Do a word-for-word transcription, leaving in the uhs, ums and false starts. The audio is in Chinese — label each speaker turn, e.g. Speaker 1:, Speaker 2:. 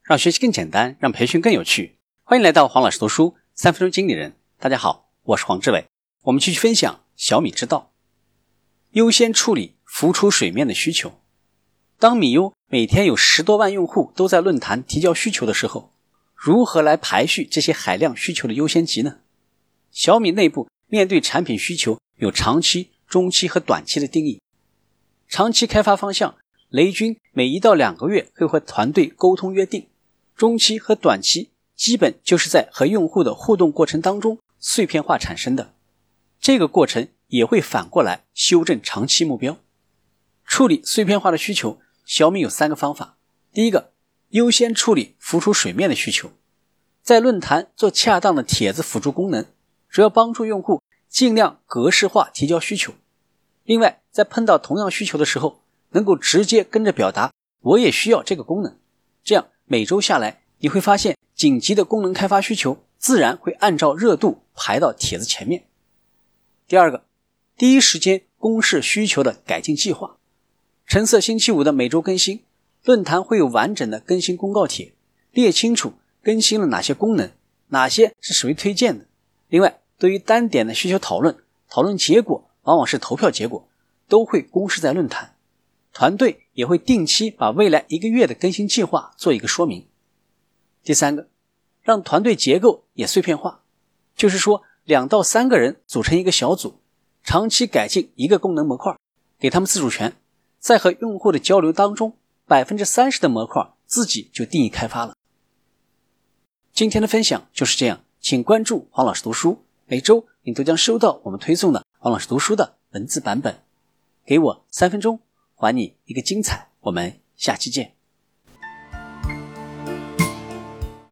Speaker 1: 让学习更简单，让培训更有趣。欢迎来到黄老师读书三分钟经理人。大家好，我是黄志伟。我们继续分享小米之道，优先处理浮出水面的需求。当米优每天有十多万用户都在论坛提交需求的时候，如何来排序这些海量需求的优先级呢？小米内部面对产品需求有长期、中期和短期的定义。长期开发方向，雷军每一到两个月会和团队沟通约定。中期和短期基本就是在和用户的互动过程当中碎片化产生的，这个过程也会反过来修正长期目标。处理碎片化的需求，小米有三个方法。第一个，优先处理浮出水面的需求。在论坛做恰当的帖子辅助功能，主要帮助用户尽量格式化提交需求。另外，在碰到同样需求的时候，能够直接跟着表达我也需要这个功能，这样每周下来，你会发现紧急的功能开发需求自然会按照热度排到帖子前面。第二个，第一时间公示需求的改进计划。橙色星期五的每周更新，论坛会有完整的更新公告帖，列清楚更新了哪些功能，哪些是属于推荐的。另外，对于单点的需求讨论，讨论结果往往是投票结果，都会公示在论坛。团队也会定期把未来一个月的更新计划做一个说明。第三个，让团队结构也碎片化，就是说两到三个人组成一个小组，长期改进一个功能模块，给他们自主权，在和用户的交流当中 百分之三十 的模块自己就定义开发了。今天的分享就是这样，请关注黄老师读书，每周你都将收到我们推送的黄老师读书的文字版本。给我三分钟，还你一个精彩，我们下期见。